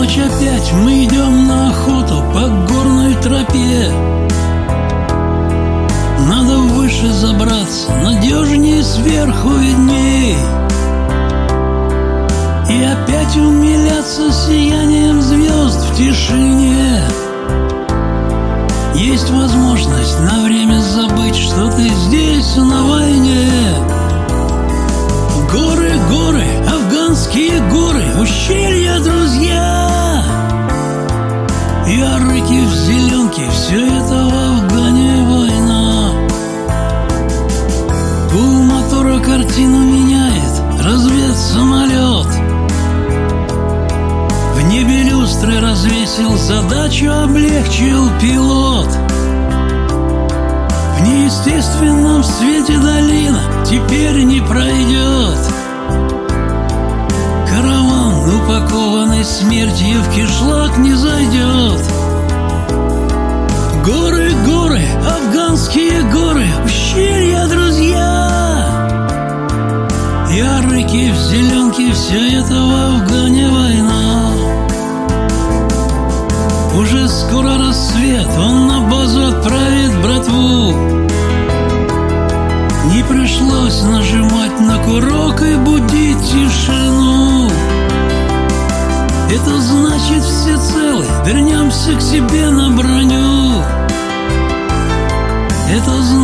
ночь опять мы идем на охоту по горной тропе. Надо выше забраться, надежнее сверху видней. И опять умиляться сиянием звезд в тишине. Есть возможность на время забыть, что ты здесь на войне. Горы, горы, афганские горы, ущелья, друзья. Ярыки в зеленке, все это в Афгане война. Гул мотора картину меняет, разведсамолет. В небе люстры развесил, задачу облегчил пилот. В неестественном свете долина теперь не пройдет. Караван, упакованный смертью, в кишлак не зайдет. Горы, горы, афганские горы, ущелья, друзья. Ярыки в зеленке, все это в Афгане война. Уже скоро рассвет, он на базу отправит братву. Не пришлось нажимать на курок и будить тишину. Это значит, все целы, вернемся к себе на броню. Это значит,